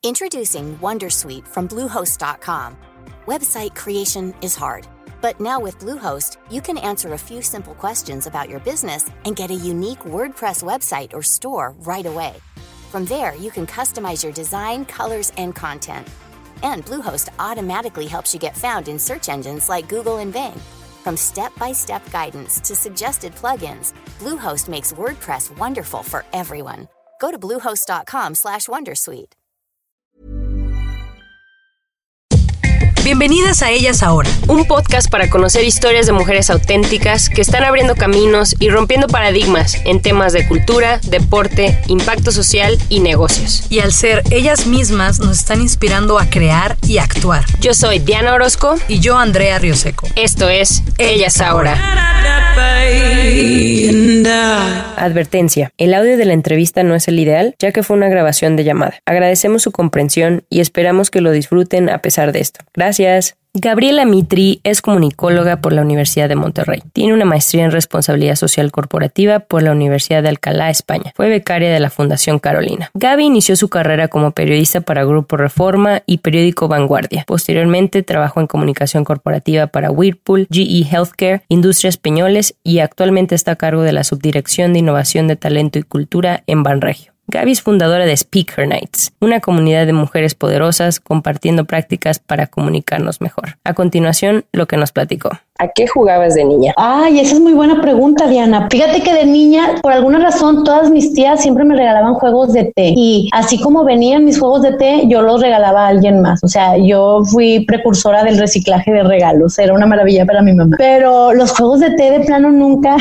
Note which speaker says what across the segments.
Speaker 1: Introducing Wondersuite from Bluehost.com. Website creation is hard, but now with Bluehost, you can answer a few simple questions about your business and get a unique WordPress website or store right away. From there, you can customize your design, colors, and content. And Bluehost automatically helps you get found in search engines like Google and Bing. From step-by-step guidance to suggested plugins, Bluehost makes WordPress wonderful for everyone. Go to bluehost.com/wondersuite.
Speaker 2: Bienvenidas a Ellas Ahora,
Speaker 3: un podcast para conocer historias de mujeres auténticas que están abriendo caminos y rompiendo paradigmas en temas de cultura, deporte, impacto social y negocios.
Speaker 2: Y al ser ellas mismas nos están inspirando a crear y actuar.
Speaker 3: Yo soy Diana Orozco
Speaker 2: y yo Andrea Rioseco.
Speaker 3: Esto es Ellas Ahora. Advertencia: el audio de la entrevista no es el ideal, ya que fue una grabación de llamada. Agradecemos su comprensión y esperamos que lo disfruten a pesar de esto. Gracias. Gabriela Mitri es comunicóloga por la Universidad de Monterrey. Tiene una maestría en responsabilidad social corporativa por la Universidad de Alcalá, España. Fue becaria de la Fundación Carolina. Gaby inició su carrera como periodista para Grupo Reforma y periódico Vanguardia. Posteriormente trabajó en comunicación corporativa para Whirlpool, GE Healthcare, Industrias Peñoles y actualmente está a cargo de la Subdirección de Innovación de Talento y Cultura en Banregio. Gaby es fundadora de Speaker Nights, una comunidad de mujeres poderosas compartiendo prácticas para comunicarnos mejor. A continuación, lo que nos platicó. ¿A qué jugabas de niña?
Speaker 4: Ay, esa es muy buena pregunta, Diana. Fíjate que de niña, por alguna razón, todas mis tías siempre me regalaban juegos de té. Y así como venían mis juegos de té, yo los regalaba a alguien más. O sea, yo fui precursora del reciclaje de regalos. Era una maravilla para mi mamá. Pero los juegos de té de plano nunca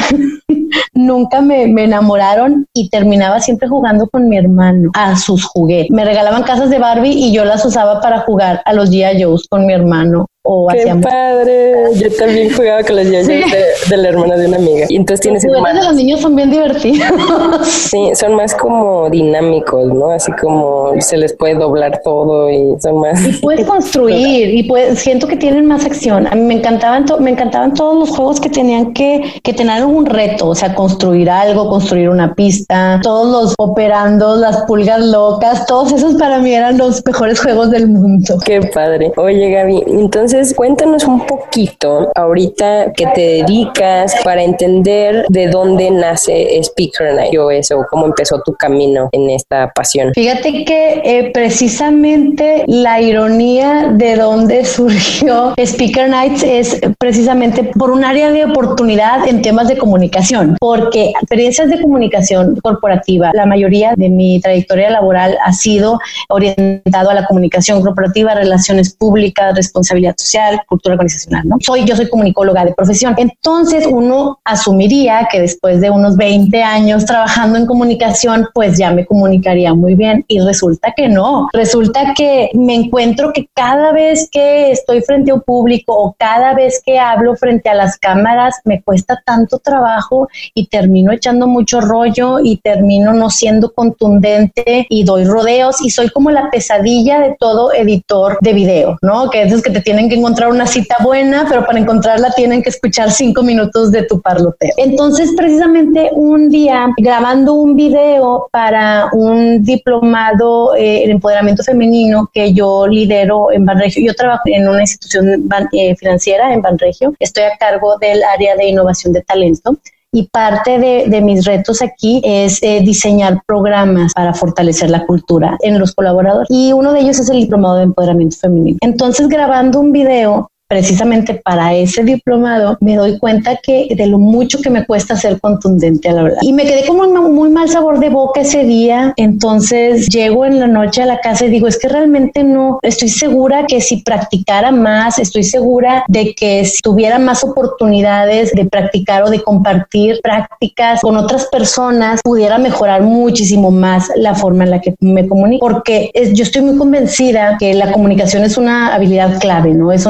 Speaker 4: me enamoraron y terminaba siempre jugando con mi hermano a sus juguetes. Me regalaban casas de Barbie y yo las usaba para jugar a los G.I. Joes con mi hermano.
Speaker 3: ¡Qué padre! Yo también jugaba con los G.I. Joes de la hermana de una amiga. Y entonces tienes
Speaker 4: hermanos. Los de los niños son bien divertidos.
Speaker 3: Sí, son más como dinámicos, ¿no? Así como se les puede doblar todo y son más...
Speaker 4: Y puedes construir y siento que tienen más acción. A mí me encantaban todos los juegos que tenían que tener algún reto, o sea, construir algo, construir una pista, todos los operandos, las pulgas locas, todos esos para mí eran los mejores juegos del mundo.
Speaker 3: ¡Qué padre! Oye, Gaby, entonces cuéntanos un poquito ahorita que te dedicas para entender de dónde nace Speaker Night o eso, cómo empezó tu camino en esta pasión.
Speaker 4: Fíjate que precisamente la ironía de dónde surgió Speaker Nights es precisamente por un área de oportunidad en temas de comunicación, porque experiencias de comunicación corporativa, la mayoría de mi trayectoria laboral ha sido orientado a la comunicación corporativa, relaciones públicas, responsabilidad social, cultura organizacional, ¿no? Yo soy comunicóloga de profesión. Entonces uno asumiría que después de unos 20 años trabajando en comunicación, pues ya me comunicaría muy bien y resulta que no. Resulta que me encuentro que cada vez que estoy frente a un público o cada vez que hablo frente a las cámaras me cuesta tanto trabajo y termino echando mucho rollo y termino no siendo contundente y doy rodeos y soy como la pesadilla de todo editor de video, ¿no? Que esos que te tienen que encontrar una cita buena, pero para encontrarla tienen que escuchar 5 minutos de tu parloteo. Entonces, precisamente un día, grabando un video para un diplomado en empoderamiento femenino que yo lidero en Banregio, yo trabajo en una institución financiera en Banregio, estoy a cargo del área de innovación de talento. Y parte de mis retos aquí es diseñar programas para fortalecer la cultura en los colaboradores. Y uno de ellos es el diplomado de empoderamiento femenino. Entonces, grabando un video precisamente para ese diplomado, me doy cuenta que de lo mucho que me cuesta ser contundente a la verdad. Y me quedé como muy mal sabor de boca ese día. Entonces llego en la noche a la casa y digo, es que realmente no, estoy segura que si practicara más, estoy segura de que si tuviera más oportunidades de practicar o de compartir prácticas con otras personas, pudiera mejorar muchísimo más la forma en la que me comunico. Porque yo estoy muy convencida que la comunicación es una habilidad clave, ¿no? Es una habilidad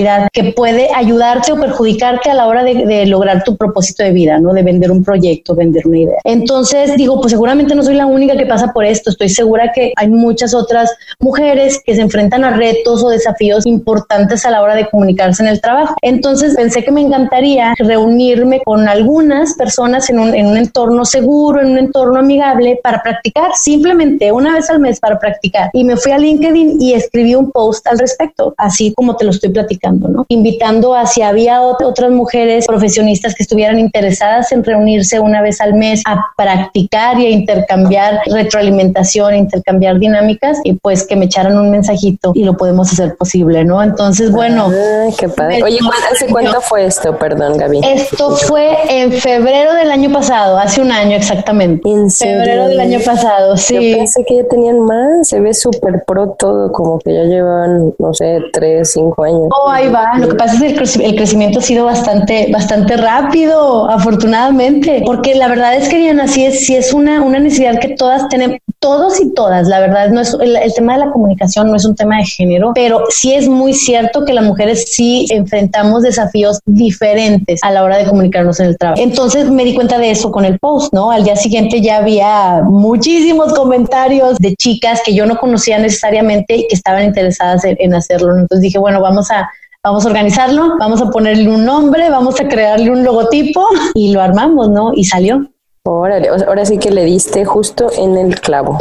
Speaker 4: oportunidad que puede ayudarte o perjudicarte a la hora de lograr tu propósito de vida, ¿no? De vender un proyecto, vender una idea. Entonces digo, pues seguramente no soy la única que pasa por esto. Estoy segura que hay muchas otras mujeres que se enfrentan a retos o desafíos importantes a la hora de comunicarse en el trabajo. Entonces pensé que me encantaría reunirme con algunas personas en un entorno seguro, en un entorno amigable para practicar, simplemente una vez al mes para practicar. Y me fui a LinkedIn y escribí un post al respecto, así como te lo estoy platicando, ¿no? Invitando a si había otras mujeres profesionistas que estuvieran interesadas en reunirse una vez al mes a practicar y a intercambiar retroalimentación, intercambiar dinámicas, y pues que me echaran un mensajito y lo podemos hacer posible, ¿no? Entonces, bueno.
Speaker 3: Ay, qué padre. Oye, ¿hace cuánto fue esto? Perdón, Gaby.
Speaker 4: Esto fue en febrero del año pasado, hace un año exactamente.
Speaker 3: ¿En serio?
Speaker 4: Febrero del año pasado, sí.
Speaker 3: Yo pensé que ya tenían más, se ve súper pro todo, como que ya llevan, no sé, 3, 5 años.
Speaker 4: Oh, ahí va. Lo que pasa es que el crecimiento ha sido bastante rápido, afortunadamente, porque la verdad es que, Diana, sí es una necesidad que todas tenemos, todos y todas. La verdad, no es el tema de la comunicación no es un tema de género, pero sí es muy cierto que las mujeres sí enfrentamos desafíos diferentes a la hora de comunicarnos en el trabajo. Entonces me di cuenta de eso con el post, ¿no? Al día siguiente ya había muchísimos comentarios de chicas que yo no conocía necesariamente y que estaban interesadas en hacerlo. Entonces dije, bueno, vamos a organizarlo, vamos a ponerle un nombre, vamos a crearle un logotipo y lo armamos, ¿no? Y salió.
Speaker 3: Órale, ahora sí que le diste justo en el clavo.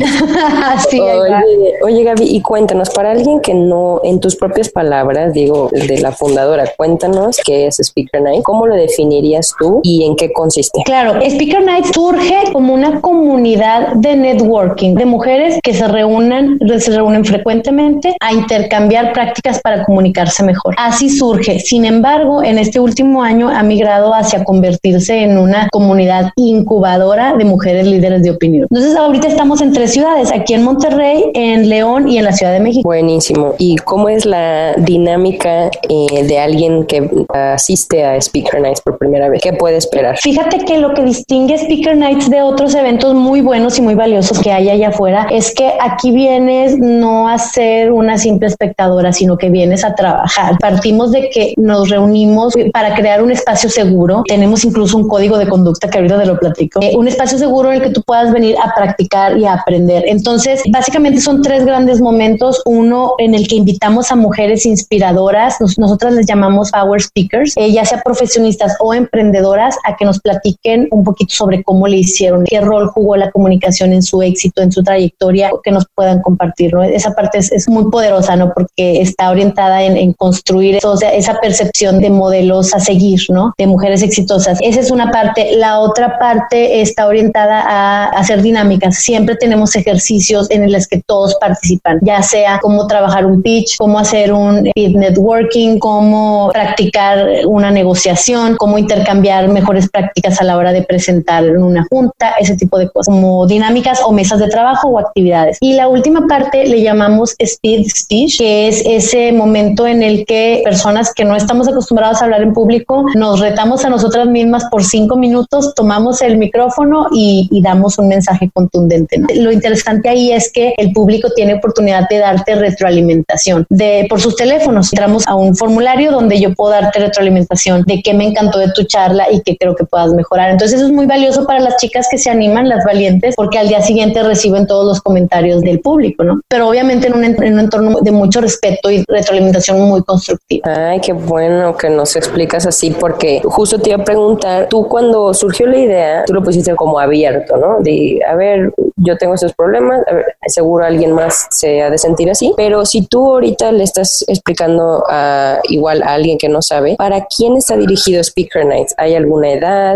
Speaker 4: Sí,
Speaker 3: oye, Gaby, y cuéntanos, para alguien que no, en tus propias palabras, digo, de la fundadora, cuéntanos qué es Speaker Night, cómo lo definirías tú y en qué consiste.
Speaker 4: Claro, Speaker Night surge como una comunidad de networking, de mujeres que se reúnen frecuentemente a intercambiar prácticas para comunicarse mejor. Así surge. Sin embargo, en este último año ha migrado hacia convertirse en una comunidad incubadora de mujeres líderes de opinión. Entonces ahorita estamos en 3 ciudades, aquí en Monterrey, en León y en la Ciudad de México.
Speaker 3: Buenísimo. ¿Y cómo es la dinámica de alguien que asiste a Speaker Nights por primera vez? ¿Qué puede esperar?
Speaker 4: Fíjate que lo que distingue Speaker Nights de otros eventos muy buenos y muy valiosos que hay allá afuera es que aquí vienes no a ser una simple espectadora, sino que vienes a trabajar. Partimos de que nos reunimos para crear un espacio seguro. Tenemos incluso un código de conducta que ahorita te lo platico. Un espacio seguro en el que tú puedas venir a practicar y a aprender. Entonces, básicamente son 3 grandes momentos. Uno en el que invitamos a mujeres inspiradoras, nosotras les llamamos Power Speakers, ya sea profesionistas o emprendedoras, a que nos platiquen un poquito sobre cómo le hicieron, qué rol jugó la comunicación en su éxito, en su trayectoria, que nos puedan compartir, ¿no? Esa parte es muy poderosa, ¿no? Porque está orientada en construir esa percepción de modelos a seguir, ¿no? De mujeres exitosas. Esa es una parte. La otra parte está orientada a hacer dinámicas. Siempre tenemos ejercicios en los que todos participan, ya sea cómo trabajar un pitch, cómo hacer un networking, cómo practicar una negociación, cómo intercambiar mejores prácticas a la hora de presentar en una junta, ese tipo de cosas, como dinámicas o mesas de trabajo o actividades. Y la última parte le llamamos speed speech, que es ese momento en el que personas que no estamos acostumbrados a hablar en público nos retamos a nosotras mismas por 5 minutos, tomamos el micrófono y damos un mensaje contundente, ¿no? Lo interesante ahí es que el público tiene oportunidad de darte retroalimentación por sus teléfonos. Entramos a un formulario donde yo puedo darte retroalimentación de qué me encantó de tu charla y qué creo que puedas mejorar. Entonces eso es muy valioso para las chicas que se animan, las valientes, porque al día siguiente reciben todos los comentarios del público, ¿no? Pero obviamente en un entorno de mucho respeto y retroalimentación muy constructiva.
Speaker 3: Ay, qué bueno que nos explicas así, porque justo te iba a preguntar, tú cuando surgió la idea, tú lo pusiste como abierto, ¿no? De, a ver, yo tengo estos problemas, a ver, seguro alguien más se ha de sentir así, pero si tú ahorita le estás explicando igual a alguien que no sabe, ¿para quién está dirigido Speaker Nights? ¿Hay alguna edad,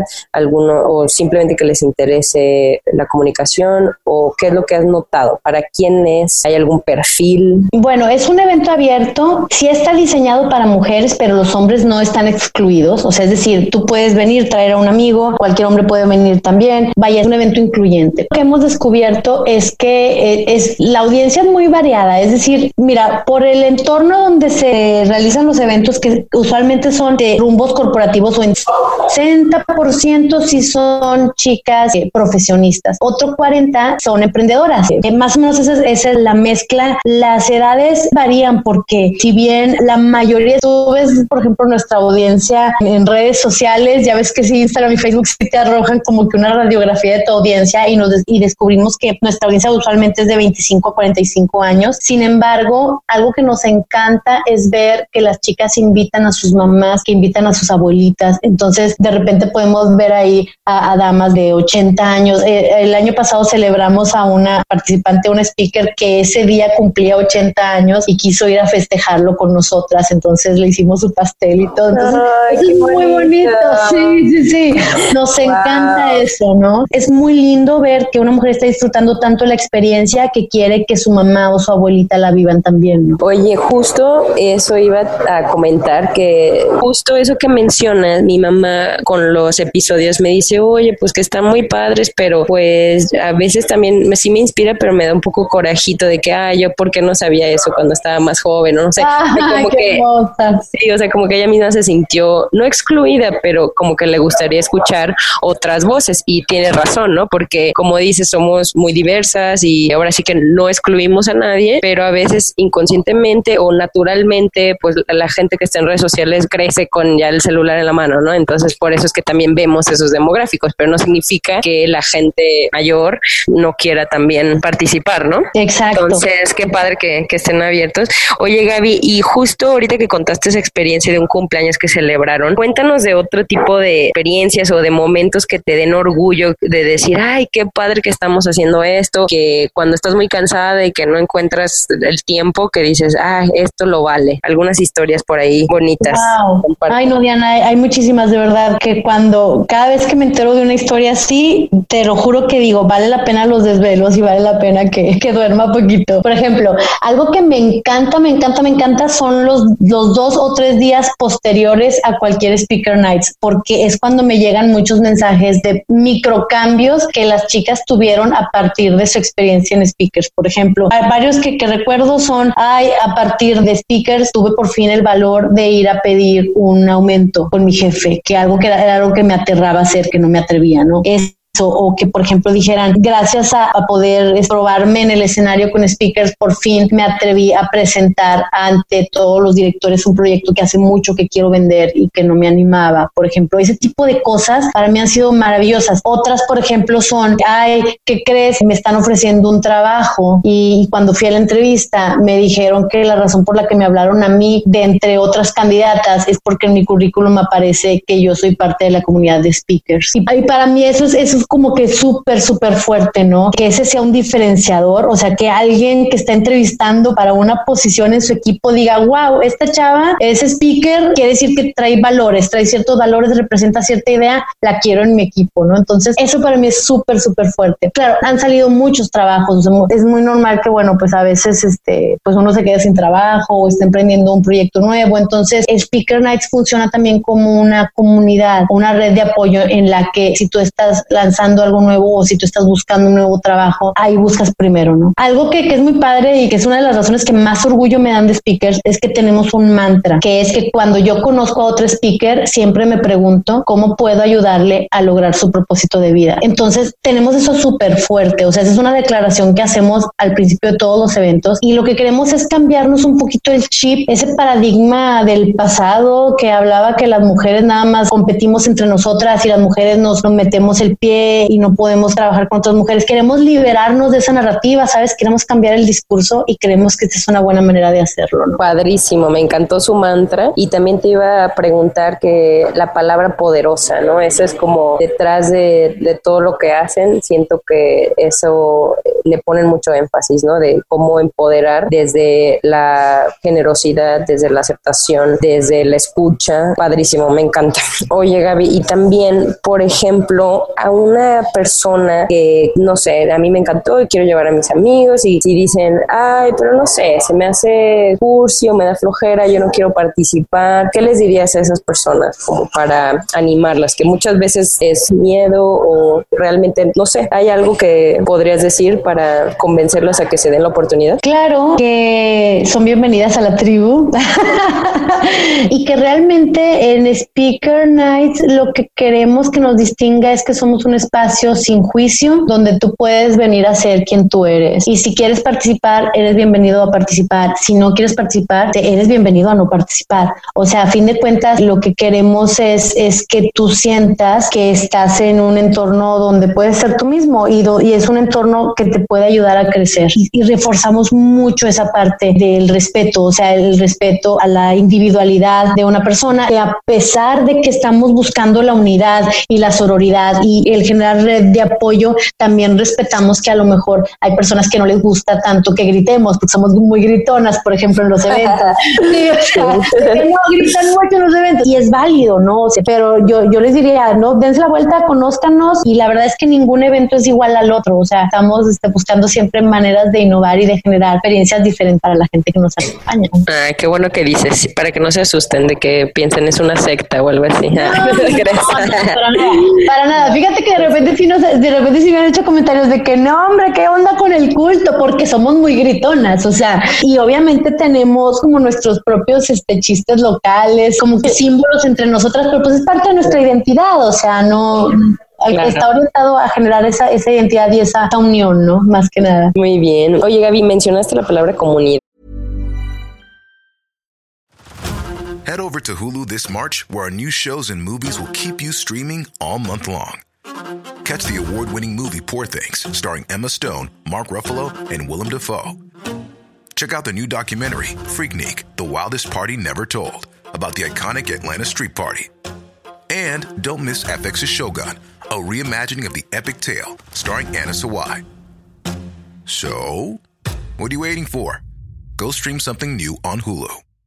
Speaker 3: o simplemente que les interese la comunicación, o qué es lo que has notado? ¿Para quién es? ¿Hay algún perfil?
Speaker 4: Bueno, es un evento abierto, sí está diseñado para mujeres, pero los hombres no están excluidos, o sea, es decir, tú puedes venir, traer a un amigo, cualquier hombre puede venir, también. Vaya, es un evento incluyente. Lo que hemos descubierto es que la audiencia es muy variada, es decir, mira, por el entorno donde se realizan los eventos, que usualmente son de rumbos corporativos, o en 60% sí son chicas profesionistas, otro 40% son emprendedoras. Más o menos esa es la mezcla. Las edades varían porque si bien la mayoría, tú ves, por ejemplo, nuestra audiencia en redes sociales, ya ves que sí, Instagram y Facebook sí te arrojan como que una radiografía de tu audiencia y descubrimos que nuestra audiencia usualmente es de 25 a 45 años. Sin embargo, algo que nos encanta es ver que las chicas invitan a sus mamás, que invitan a sus abuelitas. Entonces, de repente podemos ver ahí a damas de 80 años. El año pasado celebramos a una participante, una speaker que ese día cumplía 80 años y quiso ir a festejarlo con nosotras. Entonces le hicimos su pastel y todo. Entonces, es muy bonito. Sí. Nos encanta eso, ¿no? Es muy lindo ver que una mujer está disfrutando tanto la experiencia que quiere que su mamá o su abuelita la vivan también, ¿no?
Speaker 3: Oye, justo eso iba a comentar, que justo eso que mencionas, mi mamá con los episodios me dice, oye, pues que están muy padres, pero pues a veces también sí me inspira, pero me da un poco corajito de que, yo por qué no sabía eso cuando estaba más joven, no sé, como que, sí, o sea, como que ella misma se sintió no excluida, pero como que le gustaría escuchar otras voces, y tiene razón, ¿no? Porque como dices, somos muy diversas y ahora sí que no excluimos a nadie, pero a veces inconscientemente o naturalmente, pues la gente que está en redes sociales crece con ya el celular en la mano, ¿no? Entonces por eso es que también vemos esos demográficos, pero no significa que la gente mayor no quiera también participar, ¿no?
Speaker 4: Exacto.
Speaker 3: Entonces, qué padre que estén abiertos. Oye, Gaby, y justo ahorita que contaste esa experiencia de un cumpleaños que celebraron, cuéntanos de otro tipo de experiencias o de momentos que te den orgullo de decir, ay, qué padre que estamos haciendo esto, que cuando estás muy cansada y que no encuentras el tiempo, que dices, esto lo vale. Algunas historias por ahí bonitas.
Speaker 4: Wow. Ay, no, Diana, hay muchísimas, de verdad, que cada vez que me entero de una historia así, te lo juro que digo, vale la pena los desvelos y vale la pena que duerma poquito. Por ejemplo, algo que me encanta son los 2 o 3 días posteriores a cualquier Speaker Nights, porque es cuando me llegan muchos mensajes de microcambios que las chicas tuvieron a partir de su experiencia en Speakers. Por ejemplo, hay varios que recuerdo son, a partir de Speakers tuve por fin el valor de ir a pedir un aumento con mi jefe, que era algo que me aterraba hacer, que no me atrevía, ¿no? O que, por ejemplo, dijeran, gracias a poder probarme en el escenario con Speakers, por fin me atreví a presentar ante todos los directores un proyecto que hace mucho que quiero vender y que no me animaba. Por ejemplo, ese tipo de cosas para mí han sido maravillosas. Otras, por ejemplo, son, ¿qué crees? Me están ofreciendo un trabajo, y cuando fui a la entrevista me dijeron que la razón por la que me hablaron a mí, de entre otras candidatas, es porque en mi currículum aparece que yo soy parte de la comunidad de Speakers. Y para mí eso es como que súper fuerte, ¿no? Que ese sea un diferenciador, o sea, que alguien que está entrevistando para una posición en su equipo diga, wow, esta chava es speaker, quiere decir que trae ciertos valores, representa cierta idea, la quiero en mi equipo, ¿no? Entonces, eso para mí es súper fuerte. Claro, han salido muchos trabajos, es muy normal que, bueno, pues a veces, pues uno se queda sin trabajo o está emprendiendo un proyecto nuevo. Entonces, Speaker Nights funciona también como una comunidad, una red de apoyo en la que si tú estás lanzando algo nuevo o si tú estás buscando un nuevo trabajo, ahí buscas primero, ¿no? Algo que es muy padre y que es una de las razones que más orgullo me dan de Speakers es que tenemos un mantra, que es que cuando yo conozco a otro speaker, siempre me pregunto cómo puedo ayudarle a lograr su propósito de vida. Entonces, tenemos eso súper fuerte, o sea, esa es una declaración que hacemos al principio de todos los eventos, y lo que queremos es cambiarnos un poquito el chip, ese paradigma del pasado que hablaba que las mujeres nada más competimos entre nosotras y las mujeres nos metemos el pie y no podemos trabajar con otras mujeres. Queremos liberarnos de esa narrativa, ¿sabes? Queremos cambiar el discurso y creemos que esta es una buena manera de hacerlo, ¿no?
Speaker 3: Padrísimo, me encantó su mantra. Y también te iba a preguntar que la palabra poderosa, ¿no? Eso es como detrás de todo lo que hacen, siento que eso le ponen mucho énfasis, ¿no? De cómo empoderar desde la generosidad, desde la aceptación, desde la escucha. Padrísimo, me encanta. Oye, Gaby, y también, por ejemplo, a una una persona que, no sé, a mí me encantó y quiero llevar a mis amigos y si dicen, ay, pero no sé, se me hace cursi o me da flojera, yo no quiero participar, ¿qué les dirías a esas personas como para animarlas? Que muchas veces es miedo o realmente, no sé, ¿hay algo que podrías decir para convencerlas a que se den la oportunidad?
Speaker 4: Claro, que son bienvenidas a la tribu y que realmente en Speaker Nights lo que queremos que nos distinga es que somos un espacio sin juicio donde tú puedes venir a ser quien tú eres y si quieres participar, eres bienvenido a participar. Si no quieres participar, eres bienvenido a no participar. O sea, a fin de cuentas, lo que queremos es que tú sientas que estás en un entorno donde puedes ser tú mismo y es un entorno que te puede ayudar a crecer. Y reforzamos mucho esa parte del respeto, o sea, el respeto a la individualidad de una persona, que a pesar de que estamos buscando la unidad y la sororidad y el generar red de apoyo, también respetamos que a lo mejor hay personas que no les gusta tanto que gritemos, porque somos muy gritonas, por ejemplo, en los eventos. Sí, o sea, no gritan mucho en los eventos y es válido, ¿no? O sea, pero yo les diría, no, dense la vuelta, conózcanos y la verdad es que ningún evento es igual al otro, o sea, estamos buscando siempre maneras de innovar y de generar experiencias diferentes para la gente que nos acompaña.
Speaker 3: Ah, qué bueno que dices, para que no se asusten de que piensen es una secta o algo así.
Speaker 4: No, para nada. Fíjate que de repente sí me han hecho comentarios de que no, hombre, ¿qué onda con el culto? Porque somos muy gritonas, o sea, y obviamente tenemos como nuestros propios chistes locales, como que símbolos entre nosotras, pero pues es parte de nuestra identidad, o sea, no... Claro. Está orientado a generar esa identidad y esa unión, ¿no? Más que nada.
Speaker 3: Muy bien. Oye, Gaby, mencionaste la palabra comunidad.
Speaker 5: Head over to Hulu this March, where our new shows and movies will keep you streaming all month long. Catch the award-winning movie Poor Things, starring Emma Stone, Mark Ruffalo, and Willem Dafoe. Check out the new documentary, Freaknik, The Wildest Party Never Told, about the iconic Atlanta Street Party. And don't miss FX's Shogun, a reimagining of the epic tale starring Anna Sawai. So, what are you waiting for? Go stream something new on Hulu.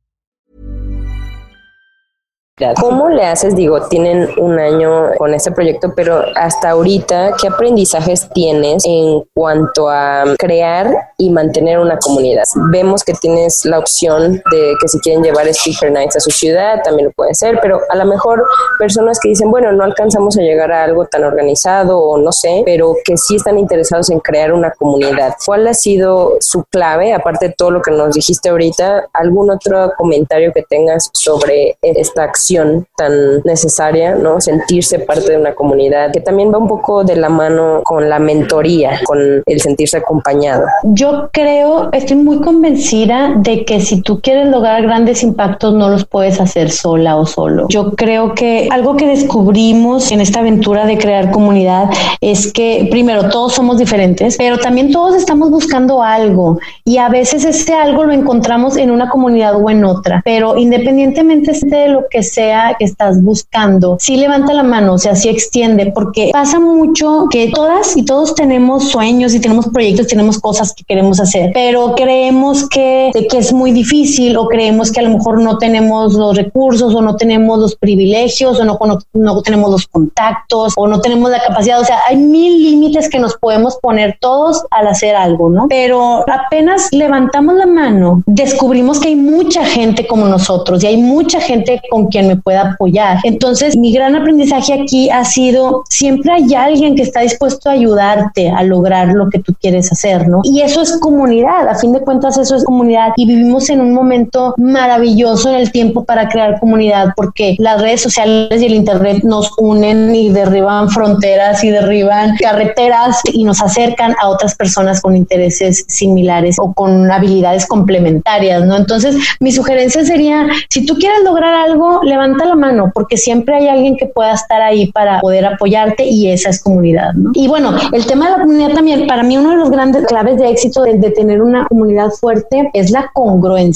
Speaker 3: ¿Cómo le haces? Digo, tienen un año con este proyecto, pero hasta ahorita, ¿qué aprendizajes tienes en cuanto a crear y mantener una comunidad? Vemos que tienes la opción de que si quieren llevar Speaker Nights a su ciudad, también lo pueden hacer, pero a lo mejor personas que dicen, bueno, no alcanzamos a llegar a algo tan organizado o no sé, pero que sí están interesados en crear una comunidad. ¿Cuál ha sido su clave? Aparte de todo lo que nos dijiste ahorita, ¿algún otro comentario que tengas sobre esta acción tan necesaria, ¿no? Sentirse parte de una comunidad, que también va un poco de la mano con la mentoría, con el sentirse acompañado.
Speaker 4: Yo estoy muy convencida de que si tú quieres lograr grandes impactos, no los puedes hacer sola o solo. Yo creo que algo que descubrimos en esta aventura de crear comunidad es que, primero, todos somos diferentes, pero también todos estamos buscando algo y a veces ese algo lo encontramos en una comunidad o en otra, pero independientemente de lo que sea que estás buscando, sí levanta la mano, o sea, sí extiende, porque pasa mucho que todas y todos tenemos sueños y tenemos proyectos, tenemos cosas que queremos hacer, pero creemos que es muy difícil o creemos que a lo mejor no tenemos los recursos o no tenemos los privilegios o no tenemos los contactos o no tenemos la capacidad, o sea, hay 1000 límites que nos podemos poner todos al hacer algo, ¿no? Pero apenas levantamos la mano, descubrimos que hay mucha gente como nosotros y hay mucha gente con quien me pueda apoyar. Entonces, mi gran aprendizaje aquí ha sido, siempre hay alguien que está dispuesto a ayudarte a lograr lo que tú quieres hacer, ¿no? Y eso es comunidad, a fin de cuentas eso es comunidad y vivimos en un momento maravilloso en el tiempo para crear comunidad, porque las redes sociales y el internet nos unen y derriban fronteras y derriban carreteras y nos acercan a otras personas con intereses similares o con habilidades complementarias, ¿no? Entonces, mi sugerencia sería, si tú quieres lograr algo, levanta la mano, porque siempre hay alguien que pueda estar ahí para poder apoyarte y esa es comunidad, ¿no? Y bueno, el tema de la comunidad también, para mí uno de los grandes claves de éxito de tener una comunidad fuerte es la congruencia.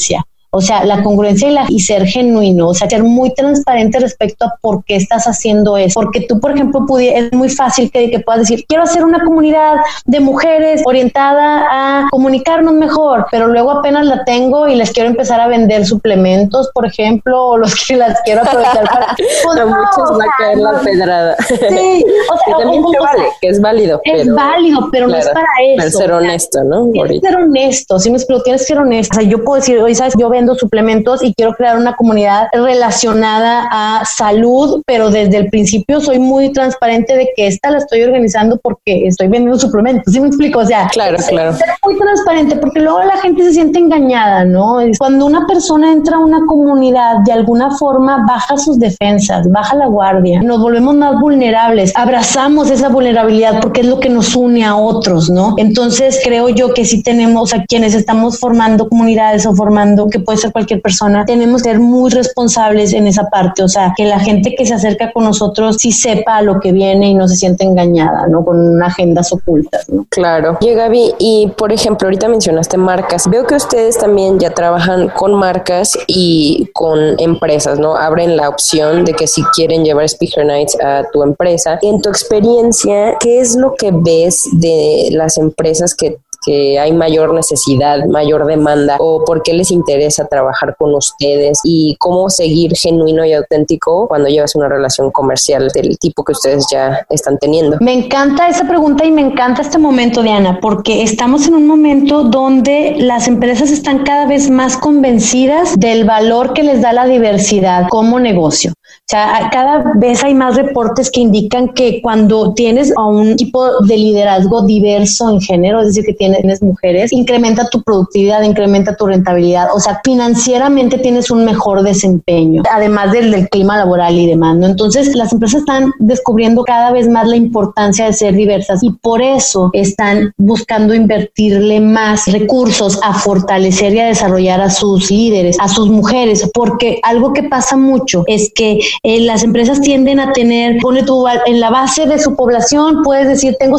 Speaker 4: O sea, la congruencia y ser genuino, o sea, ser muy transparente respecto a por qué estás haciendo eso. Porque tú, por ejemplo, es muy fácil que puedas decir, quiero hacer una comunidad de mujeres orientada a comunicarnos mejor, pero luego apenas la tengo y les quiero empezar a vender suplementos, por ejemplo, o los que las quiero aprovechar para...
Speaker 3: Pues a muchos va a caer la pedrada.
Speaker 4: Sí, o sea,
Speaker 3: que también que es válido.
Speaker 4: Es válido, pero claro, no es para eso.
Speaker 3: Para ser honesto, ¿no?
Speaker 4: Tienes que ser honesto, sí me explico, tienes que ser honesto. O sea, yo puedo decir, oye, ¿sabes? Yo vendo suplementos y quiero crear una comunidad relacionada a salud, pero desde el principio soy muy transparente de que esta la estoy organizando porque estoy vendiendo suplementos, ¿sí me explico? O sea,
Speaker 3: claro.
Speaker 4: Ser muy transparente, porque luego la gente se siente engañada, ¿no? Cuando una persona entra a una comunidad, de alguna forma baja sus defensas, baja la guardia, nos volvemos más vulnerables, abrazamos esa vulnerabilidad porque es lo que nos une a otros, ¿no? Entonces creo yo que sí tenemos a quienes estamos formando comunidades o formando, que puede ser cualquier persona, tenemos que ser muy responsables en esa parte, o sea, que la gente que se acerca con nosotros sí sepa a lo que viene y no se siente engañada, ¿no? Con agendas ocultas, ¿no?
Speaker 3: Claro. Oye, Gaby, y por ejemplo, ahorita mencionaste marcas. Veo que ustedes también ya trabajan con marcas y con empresas, ¿no? Abren la opción de que si quieren llevar Speaker Nights a tu empresa. En tu experiencia, ¿qué es lo que ves de las empresas que hay mayor necesidad, mayor demanda, o por qué les interesa trabajar con ustedes, y cómo seguir genuino y auténtico cuando llevas una relación comercial del tipo que ustedes ya están teniendo?
Speaker 4: Me encanta esa pregunta y me encanta este momento, Diana, porque estamos en un momento donde las empresas están cada vez más convencidas del valor que les da la diversidad como negocio. O sea, cada vez hay más reportes que indican que cuando tienes a un tipo de liderazgo diverso en género, es decir, que tienes mujeres, incrementa tu productividad, incrementa tu rentabilidad, o sea, financieramente tienes un mejor desempeño, además del clima laboral y demás, ¿no? Entonces, las empresas están descubriendo cada vez más la importancia de ser diversas y por eso están buscando invertirle más recursos a fortalecer y a desarrollar a sus líderes, a sus mujeres, porque algo que pasa mucho es que las empresas tienden a tener, pone tú en la base de su población, puedes decir, tengo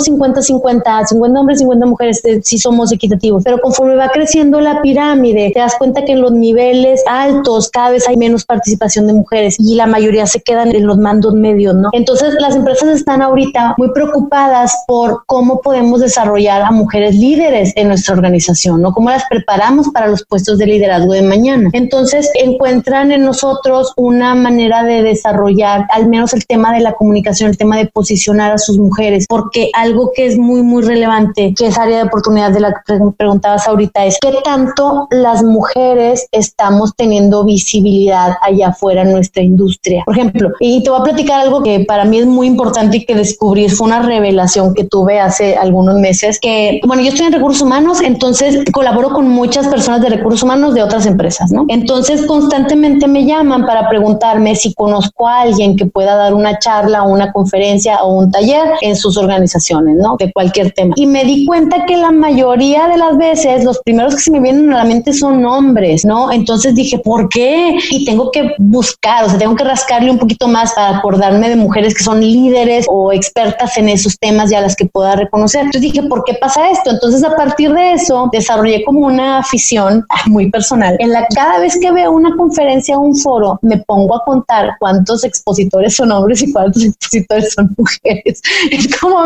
Speaker 4: 50 hombres, 50 mujeres, sí somos equitativos, pero conforme va creciendo la pirámide, te das cuenta que en los niveles altos cada vez hay menos participación de mujeres y la mayoría se quedan en los mandos medios, ¿no? Entonces, las empresas están ahorita muy preocupadas por cómo podemos desarrollar a mujeres líderes en nuestra organización, ¿no? Cómo las preparamos para los puestos de liderazgo de mañana. Entonces, encuentran en nosotros una manera de desarrollar al menos el tema de la comunicación, el tema de posicionar a sus mujeres, porque algo que es muy, muy relevante, que es área de oportunidad de la que preguntabas ahorita, es qué tanto las mujeres estamos teniendo visibilidad allá afuera en nuestra industria. Por ejemplo, y te voy a platicar algo que para mí es muy importante y que descubrí, fue una revelación que tuve hace algunos meses, que, bueno, yo estoy en recursos humanos, entonces colaboro con muchas personas de recursos humanos de otras empresas, ¿no? Entonces constantemente me llaman para preguntarme si conozco a alguien que pueda dar una charla o una conferencia o un taller en sus organizaciones, ¿no? De cualquier tema. Y me di cuenta que la mayoría de las veces los primeros que se me vienen a la mente son hombres, ¿no? Entonces dije, ¿por qué? Y tengo que buscar, o sea, tengo que rascarle un poquito más para acordarme de mujeres que son líderes o expertas en esos temas y a las que pueda reconocer. Entonces dije, ¿por qué pasa esto? Entonces, a partir de eso, desarrollé como una afición muy personal, en la que cada vez que veo una conferencia o un foro, me pongo a contar cuántos expositores son hombres y cuántos expositores son mujeres. Es como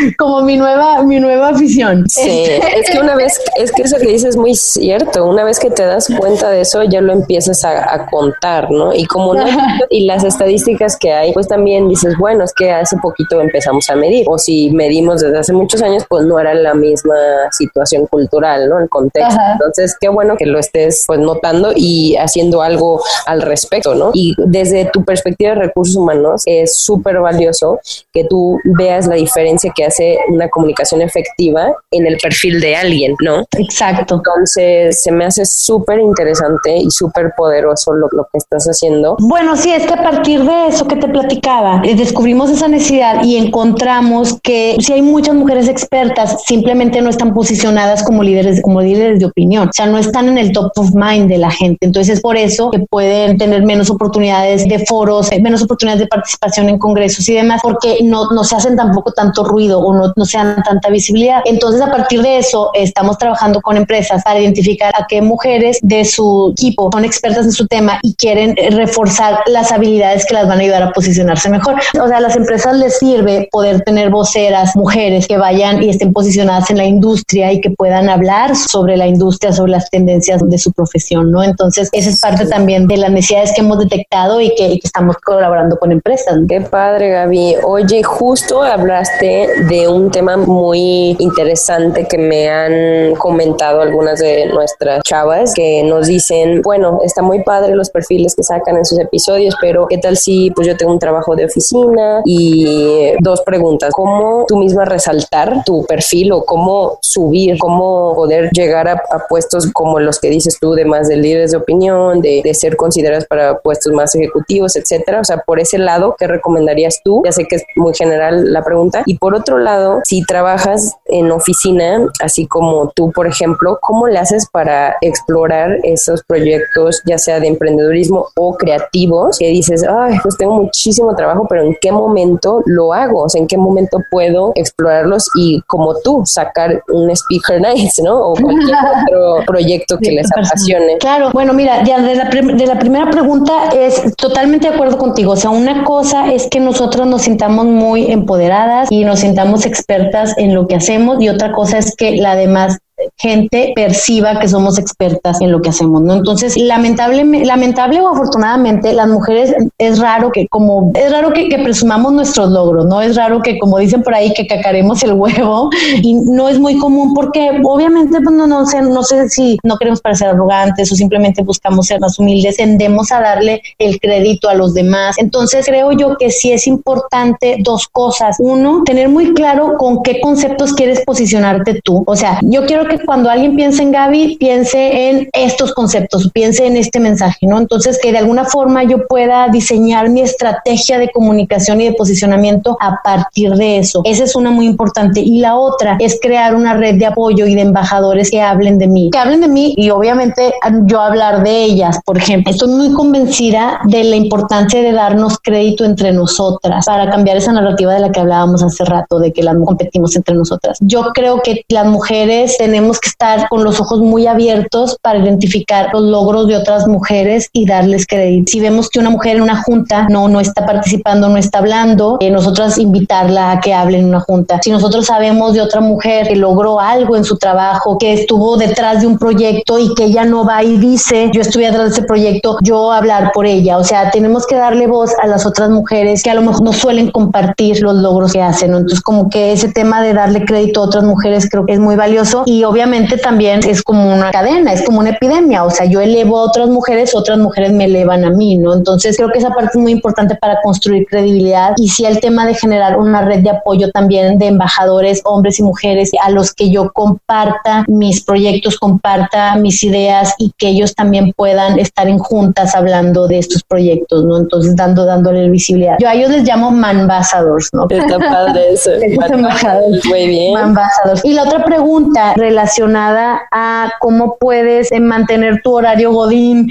Speaker 4: mi nueva afición.
Speaker 3: Sí, es que eso que dices es muy cierto. Una vez que te das cuenta de eso, ya lo empiezas a contar, ¿no? Y como y las estadísticas que hay, pues también dices, bueno, es que hace poquito empezamos a medir, o si medimos desde hace muchos años, pues no era la misma situación cultural, ¿no? El contexto. Ajá. Entonces, qué bueno que lo estés pues notando y haciendo algo al respecto, ¿no? Y desde tu perspectiva de recursos humanos, es súper valioso que tú veas la diferencia que hace una comunicación efectiva en el perfil de alguien, ¿no?
Speaker 4: Exacto.
Speaker 3: Entonces, se me hace súper interesante y súper poderoso lo que estás haciendo.
Speaker 4: Bueno, sí, es que a partir de eso que te platicaba, descubrimos esa necesidad y encontramos que si hay muchas mujeres expertas, simplemente no están posicionadas como líderes de opinión, o sea, no están en el top of mind de la gente. Entonces, es por eso que pueden tener menos oportunidades de foros, menos oportunidades de participación en congresos y demás, porque no se hacen tampoco tanto ruido o no se dan tanta visibilidad. Entonces, a partir de eso, estamos trabajando con empresas para identificar a qué mujeres de su equipo son expertas en su tema y quieren reforzar las habilidades que las van a ayudar a posicionarse mejor. O sea, a las empresas les sirve poder tener voceras, mujeres que vayan y estén posicionadas en la industria y que puedan hablar sobre la industria, sobre las tendencias de su profesión, ¿no? Entonces, esa es parte también de las necesidades que hemos detectado y que estamos colaborando con empresas.
Speaker 3: Qué padre, Gaby. Oye, justo hablaste de un tema muy interesante que me han comentado algunas de nuestras chavas, que nos dicen, bueno, está muy padre los perfiles que sacan en sus episodios, pero ¿qué tal si pues yo tengo un trabajo de oficina? Y dos preguntas: ¿cómo tú misma resaltar tu perfil o cómo subir, cómo poder llegar a puestos como los que dices tú, de más de líderes de opinión, de ser consideradas para puestos más ejecutivos, etcétera? O sea, por ese lado, ¿qué recomendarías tú? Ya sé que es muy general la pregunta. Y por otro lado, si trabajas en oficina, así como tú, por ejemplo, ¿cómo le haces para explorar esos proyectos, ya sea de emprendedurismo o creativos, que dices, ay, pues tengo muchísimo trabajo, pero ¿en qué momento lo hago? O sea, ¿en qué momento puedo explorarlos y, como tú, sacar un Speaker Nights, ¿no? O cualquier otro proyecto que les apasione.
Speaker 4: Claro, bueno, mira, ya de la primera pregunta es totalmente de acuerdo contigo. O sea, una cosa es que nosotros nos sintamos muy empoderadas y nos sintamos expertas en lo que hacemos, y otra cosa es que la demás gente perciba que somos expertas en lo que hacemos, ¿no? Entonces, lamentable o afortunadamente, las mujeres es raro que presumamos nuestros logros, ¿no? Es raro que, como dicen por ahí, que cacaremos el huevo, y no es muy común porque obviamente pues no sé si no queremos parecer arrogantes o simplemente buscamos ser más humildes, tendemos a darle el crédito a los demás. Entonces, creo yo que sí es importante dos cosas. Uno, tener muy claro con qué conceptos quieres posicionarte tú. O sea, yo quiero que cuando alguien piense en Gaby, piense en estos conceptos, piense en este mensaje, ¿no? Entonces, que de alguna forma yo pueda diseñar mi estrategia de comunicación y de posicionamiento a partir de eso. Esa es una muy importante. Y la otra es crear una red de apoyo y de embajadores que hablen de mí. Y obviamente yo hablar de ellas. Por ejemplo, estoy muy convencida de la importancia de darnos crédito entre nosotras para cambiar esa narrativa de la que hablábamos hace rato, de que las competimos entre nosotras. Yo creo que las mujeres tenemos que estar con los ojos muy abiertos para identificar los logros de otras mujeres y darles crédito. Si vemos que una mujer en una junta no está participando, no está hablando, nosotras invitarla a que hable en una junta. Si nosotros sabemos de otra mujer que logró algo en su trabajo, que estuvo detrás de un proyecto y que ella no va y dice, yo estuve detrás de ese proyecto, yo hablar por ella. O sea, tenemos que darle voz a las otras mujeres que a lo mejor no suelen compartir los logros que hacen, ¿no? Entonces, como que ese tema de darle crédito a otras mujeres creo que es muy valioso. Y obviamente también es como una cadena, es como una epidemia. O sea, yo elevo a otras mujeres me elevan a mí, ¿no? Entonces creo que esa parte es muy importante para construir credibilidad. Y sí, el tema de generar una red de apoyo también de embajadores, hombres y mujeres, a los que yo comparta mis proyectos, comparta mis ideas, y que ellos también puedan estar en juntas hablando de estos proyectos, ¿no? Entonces dándole visibilidad. Yo a ellos les llamo manbassadors, ¿no?
Speaker 3: Está padre eso.
Speaker 4: Embajadores.
Speaker 3: Muy bien.
Speaker 4: Manbassadors. Y la otra pregunta relacionada a cómo puedes mantener tu horario godín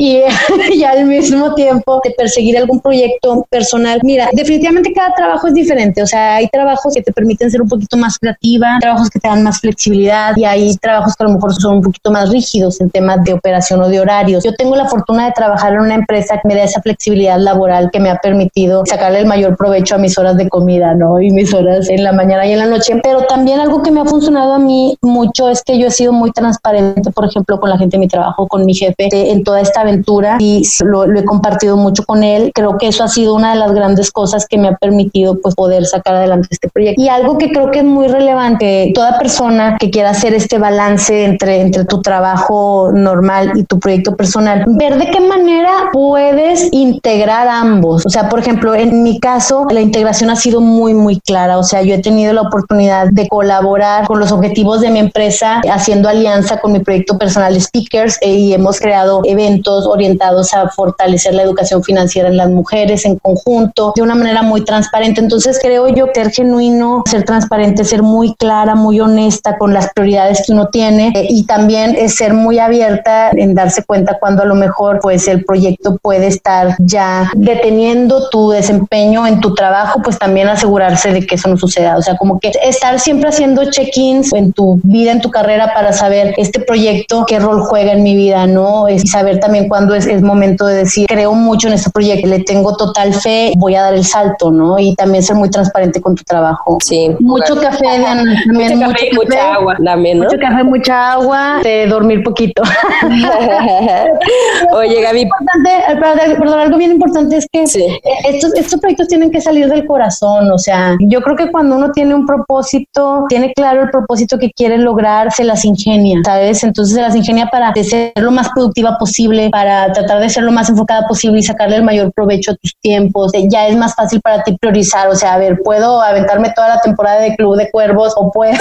Speaker 4: y al mismo tiempo de perseguir algún proyecto personal. Mira, definitivamente cada trabajo es diferente. O sea, hay trabajos que te permiten ser un poquito más creativa, trabajos que te dan más flexibilidad, y hay trabajos que a lo mejor son un poquito más rígidos en temas de operación o de horarios. Yo tengo la fortuna de trabajar en una empresa que me da esa flexibilidad laboral que me ha permitido sacarle el mayor provecho a mis horas de comida, ¿no? Y mis horas en la mañana y en la noche. Pero también algo que me ha funcionado a mí mucho es que yo he sido muy transparente, por ejemplo, con la gente de mi trabajo, con mi jefe, en toda esta aventura, y lo he compartido mucho con él. Creo que eso ha sido una de las grandes cosas que me ha permitido pues poder sacar adelante este proyecto. Y algo que creo que es muy relevante, toda persona que quiera hacer este balance entre tu trabajo normal y tu proyecto personal, ver de qué manera puedes integrar ambos. O sea, por ejemplo, en mi caso, la integración ha sido muy, muy clara. O sea, yo he tenido la oportunidad de colaborar con los objetivos de mi empresa haciendo alianza con mi proyecto personal de Speakers y hemos creado eventos orientados a fortalecer la educación financiera en las mujeres en conjunto, de una manera muy transparente. Entonces creo yo ser genuino, ser transparente, ser muy clara, muy honesta con las prioridades que uno tiene y también ser muy abierta en darse cuenta cuando a lo mejor pues el proyecto puede estar ya deteniendo tu desempeño en tu trabajo, pues también asegurarse de que eso no suceda. O sea, como que estar siempre haciendo check-ins en tu vida, en tu carrera, para saber este proyecto, qué rol juega en mi vida, ¿no? Y saber también cuándo es momento de decir, creo mucho en este proyecto, le tengo total fe, voy a dar el salto, ¿no? Y también ser muy transparente con tu trabajo.
Speaker 3: Sí.
Speaker 4: Mucho café, Diana, también
Speaker 3: mucho café, mucha agua también, ¿no?
Speaker 4: Mucho café, mucha agua, dormir poquito.
Speaker 3: Oye, Gaby.
Speaker 4: Perdón, algo bien importante es que
Speaker 3: sí.
Speaker 4: estos proyectos tienen que salir del corazón. O sea, yo creo que cuando uno tiene un propósito, tiene claro el propósito que quiere lograr, se las ingenia, ¿sabes? Entonces se las ingenia para ser lo más productiva posible, para tratar de ser lo más enfocada posible y sacarle el mayor provecho a tus tiempos. Ya es más fácil para ti priorizar. O sea, a ver, ¿puedo aventarme toda la temporada de Club de Cuervos? ¿O puedo?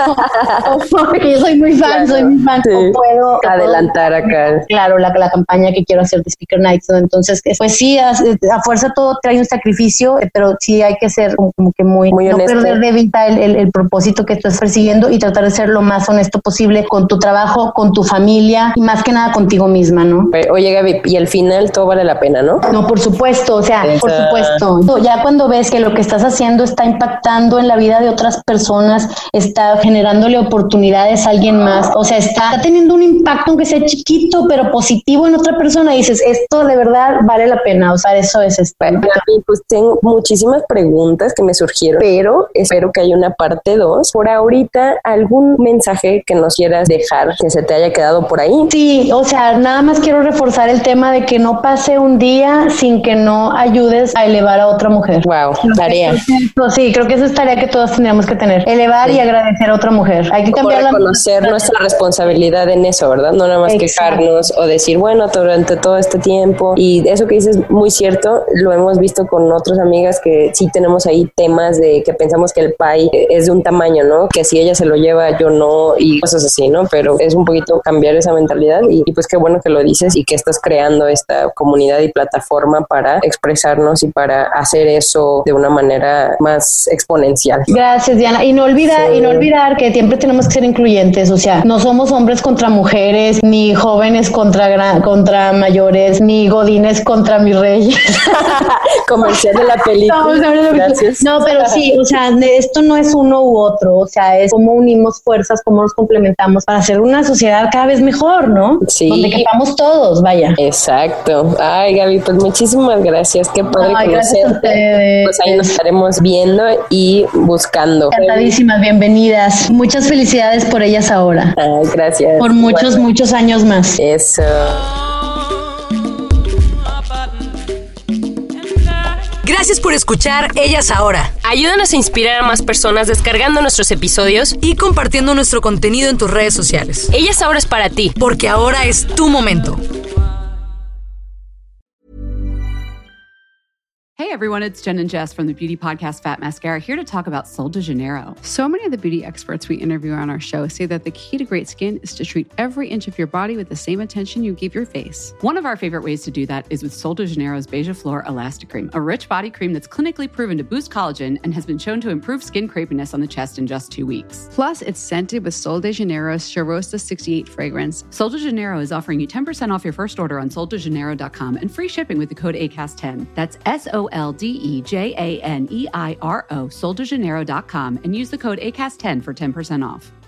Speaker 4: Porque yo soy muy fan,
Speaker 3: sí.
Speaker 4: ¿O puedo
Speaker 3: adelantar acá?
Speaker 4: Claro, la campaña que quiero hacer de Speaker Nights, ¿no? Entonces, pues sí, a fuerza todo trae un sacrificio, pero sí hay que ser como que muy no honesto. Perder de vista el propósito que estás persiguiendo y tratar de ser lo más honesto posible con tu trabajo, con tu familia y más que nada contigo misma, ¿no?
Speaker 3: Oye, Gaby, y al final todo vale la pena, ¿no?
Speaker 4: No, por supuesto, o sea, por supuesto. Ya cuando ves que lo que estás haciendo está impactando en la vida de otras personas, está generándole oportunidades a alguien más, o sea, está teniendo un impacto, aunque sea chiquito, pero positivo en otra persona, y dices, esto de verdad vale la pena. O sea, eso es esto.
Speaker 3: Pues tengo muchísimas preguntas que me surgieron, pero espero que haya una parte 2. Por ahorita, ¿algún mensaje que nos quieras dejar que se te haya quedado por ahí?
Speaker 4: Sí, o sea, nada más quiero reforzar el tema de que no pase un día sin que no ayudes a elevar a otra mujer.
Speaker 3: Wow, tarea.
Speaker 4: Sí, creo que esa es tarea que todos tendríamos que tener. Elevar y agradecer a otra mujer. Hay que cambiar
Speaker 3: reconocer nuestra responsabilidad en eso, ¿verdad? No nada más quejarnos o decir, bueno, durante todo este tiempo. Y eso que dices muy cierto, lo hemos visto con otras amigas que sí tenemos ahí temas de que pensamos que el pie es de un tamaño, ¿no? Que si ella se lo lleva, yo no, y cosas así, ¿no? Pero es un poquito cambiar esa mentalidad y pues qué bueno que lo dices y que estás creando esta comunidad y plataforma para expresarnos y para hacer eso de una manera más exponencial.
Speaker 4: Gracias, Diana. Y no olvidar que siempre tenemos que ser incluyentes, o sea, no somos hombres contra mujeres, ni jóvenes contra mayores, ni godines contra mis reyes.
Speaker 3: Comercial de la película. Gracias.
Speaker 4: No, pero sí, o sea, esto no es uno u otro, o sea, es cómo unimos fuerzas, cómo nos complementamos para hacer una sociedad cada vez mejor, ¿no?
Speaker 3: Sí.
Speaker 4: Donde quepamos todos, vaya.
Speaker 3: Exacto. Ay, Gaby, pues muchísimas gracias. Qué padre conocerte. Pues ahí nos estaremos viendo y buscando.
Speaker 4: Encantadísimas, bienvenidas. Muchas felicidades por ellas ahora.
Speaker 3: Ay, gracias.
Speaker 4: Por muchos años más.
Speaker 3: Eso.
Speaker 2: Gracias por escuchar Ellas Ahora.
Speaker 6: Ayúdanos a inspirar a más personas descargando nuestros episodios
Speaker 2: y compartiendo nuestro contenido en tus redes sociales.
Speaker 6: Ellas Ahora es para ti,
Speaker 2: porque ahora es tu momento.
Speaker 7: Hey everyone, it's Jen and Jess from the beauty podcast Fat Mascara here to talk about Sol de Janeiro. So many of the beauty experts we interview on our show say that the key to great skin is to treat every inch of your body with the same attention you give your face. One of our favorite ways to do that is with Sol de Janeiro's Beija Flor Elastic Cream, a rich body cream that's clinically proven to boost collagen and has been shown to improve skin crepiness on the chest in just 2 weeks. Plus, it's scented with Sol de Janeiro's Charosta 68 fragrance. Sol de Janeiro is offering you 10% off your first order on soldejaneiro.com and free shipping with the code ACAST10. That's SOLDEJANEIRO, soldejaneiro.com, and use the code ACAST10 for 10% off.